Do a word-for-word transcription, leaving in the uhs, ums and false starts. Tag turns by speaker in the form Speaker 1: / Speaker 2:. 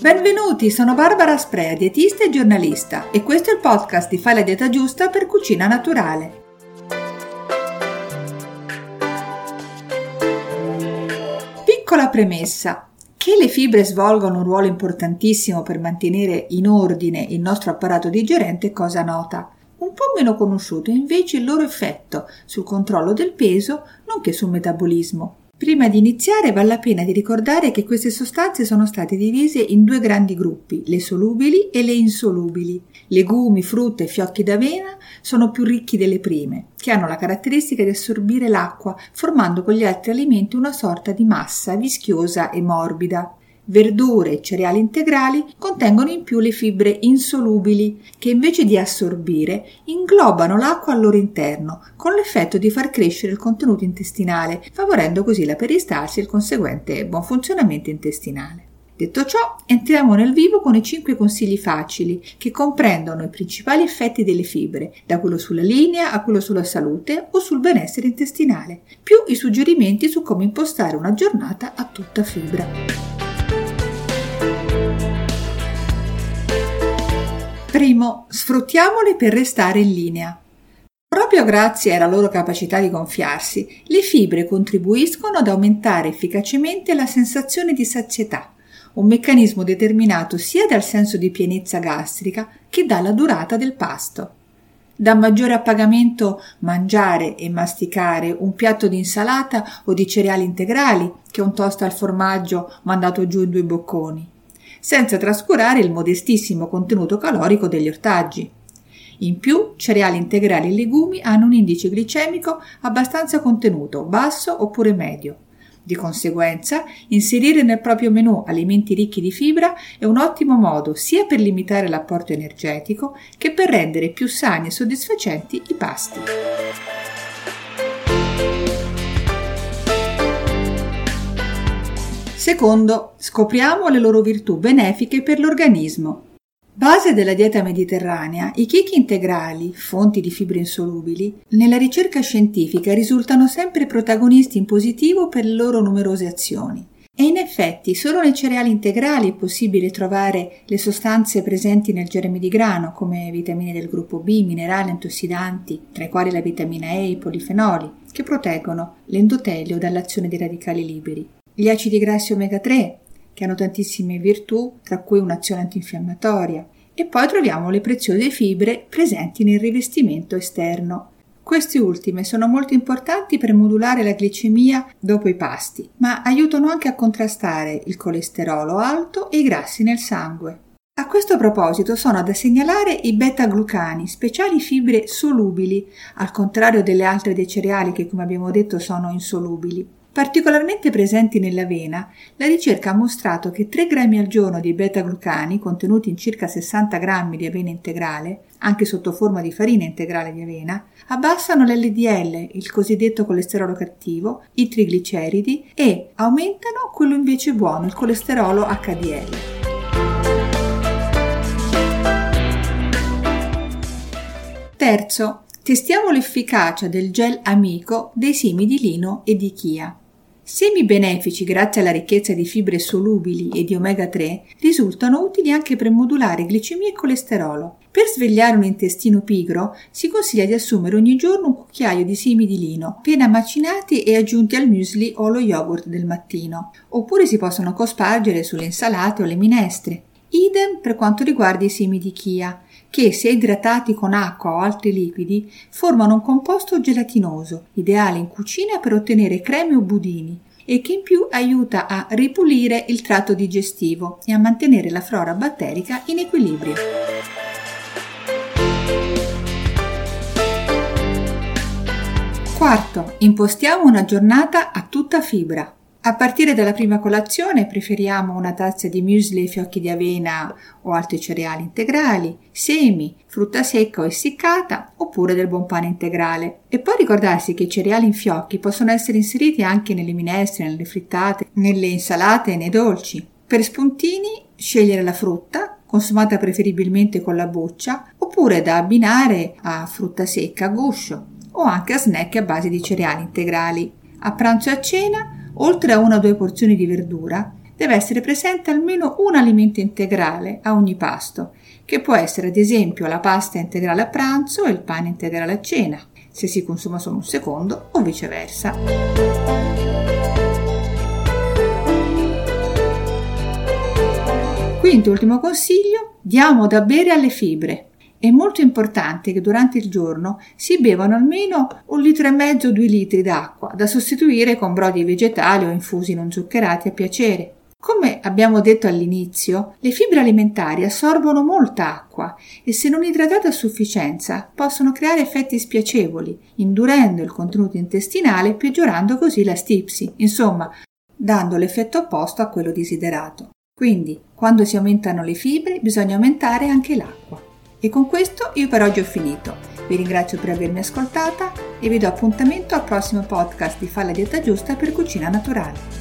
Speaker 1: Benvenuti, sono Barbara Sprea, dietista e giornalista, e questo è il podcast di Fai la dieta giusta per cucina naturale. Piccola premessa. Che le fibre svolgono un ruolo importantissimo per mantenere in ordine il nostro apparato digerente è cosa nota. Un po' meno conosciuto è invece il loro effetto sul controllo del peso, nonché sul metabolismo. Prima di iniziare vale la pena di ricordare che queste sostanze sono state divise in due grandi gruppi, le solubili e le insolubili. Legumi, frutta e fiocchi d'avena sono più ricchi delle prime, che hanno la caratteristica di assorbire l'acqua, formando con gli altri alimenti una sorta di massa vischiosa e morbida. Verdure e cereali integrali contengono in più le fibre insolubili, che invece di assorbire inglobano l'acqua al loro interno, con l'effetto di far crescere il contenuto intestinale, favorendo così la peristalsi e il conseguente buon funzionamento intestinale. Detto ciò, entriamo nel vivo con i cinque consigli facili, che comprendono i principali effetti delle fibre, da quello sulla linea a quello sulla salute o sul benessere intestinale, più i suggerimenti su come impostare una giornata a tutta fibra. Primo, sfruttiamole per restare in linea. Proprio grazie alla loro capacità di gonfiarsi, le fibre contribuiscono ad aumentare efficacemente la sensazione di sazietà, un meccanismo determinato sia dal senso di pienezza gastrica che dalla durata del pasto. Dà maggiore appagamento mangiare e masticare un piatto di insalata o di cereali integrali che un toast al formaggio mandato giù in due bocconi, senza trascurare il modestissimo contenuto calorico degli ortaggi. In più, cereali integrali e legumi hanno un indice glicemico abbastanza contenuto, basso oppure medio. Di conseguenza, inserire nel proprio menù alimenti ricchi di fibra è un ottimo modo sia per limitare l'apporto energetico che per rendere più sani e soddisfacenti i pasti. Secondo, scopriamo le loro virtù benefiche per l'organismo. Base della dieta mediterranea, i chicchi integrali, fonti di fibre insolubili, nella ricerca scientifica risultano sempre protagonisti in positivo per le loro numerose azioni. E in effetti solo nei cereali integrali è possibile trovare le sostanze presenti nel germe di grano, come vitamine del gruppo B, minerali antiossidanti, tra i quali la vitamina E e i polifenoli, che proteggono l'endotelio dall'azione dei radicali liberi. Gli acidi grassi omega tre, che hanno tantissime virtù, tra cui un'azione antinfiammatoria, e poi troviamo le preziose fibre presenti nel rivestimento esterno. Queste ultime sono molto importanti per modulare la glicemia dopo i pasti, ma aiutano anche a contrastare il colesterolo alto e i grassi nel sangue. A questo proposito sono da segnalare i beta-glucani, speciali fibre solubili, al contrario delle altre dei cereali che, come abbiamo detto, sono insolubili. Particolarmente presenti nell'avena, la ricerca ha mostrato che tre grammi al giorno di beta-glucani, contenuti in circa sessanta grammi di avena integrale, anche sotto forma di farina integrale di avena, abbassano l'L D L, il cosiddetto colesterolo cattivo, i trigliceridi e aumentano quello invece buono, il colesterolo H D L. Terzo, testiamo l'efficacia del gel amico dei semi di lino e di chia. Semi benefici grazie alla ricchezza di fibre solubili e di omega tre risultano utili anche per modulare glicemia e colesterolo. Per svegliare un intestino pigro si consiglia di assumere ogni giorno un cucchiaio di semi di lino appena macinati e aggiunti al muesli o allo yogurt del mattino, oppure si possono cospargere sulle insalate o le minestre. Idem per quanto riguarda i semi di chia, che se idratati con acqua o altri liquidi formano un composto gelatinoso, ideale in cucina per ottenere creme o budini, e che in più aiuta a ripulire il tratto digestivo e a mantenere la flora batterica in equilibrio. Quarto, impostiamo una giornata a tutta fibra. A partire dalla prima colazione preferiamo una tazza di muesli e fiocchi di avena o altri cereali integrali, semi, frutta secca o essiccata oppure del buon pane integrale. E poi ricordarsi che i cereali in fiocchi possono essere inseriti anche nelle minestre, nelle frittate, nelle insalate e nei dolci. Per spuntini scegliere la frutta, consumata preferibilmente con la buccia, oppure da abbinare a frutta secca a guscio o anche a snack a base di cereali integrali. A pranzo e a cena, oltre a una o due porzioni di verdura, deve essere presente almeno un alimento integrale a ogni pasto, che può essere ad esempio la pasta integrale a pranzo e il pane integrale a cena, se si consuma solo un secondo o viceversa. Quinto e ultimo consiglio, diamo da bere alle fibre. È molto importante che durante il giorno si bevano almeno un litro e mezzo, due litri d'acqua, da sostituire con brodi vegetali o infusi non zuccherati a piacere. Come abbiamo detto all'inizio, le fibre alimentari assorbono molta acqua e se non idratate a sufficienza possono creare effetti spiacevoli, indurendo il contenuto intestinale e peggiorando così la stipsi, insomma, dando l'effetto opposto a quello desiderato. Quindi, quando si aumentano le fibre, bisogna aumentare anche l'acqua. E con questo io per oggi ho finito. Vi ringrazio per avermi ascoltata e vi do appuntamento al prossimo podcast di Fa la dieta giusta per cucina naturale.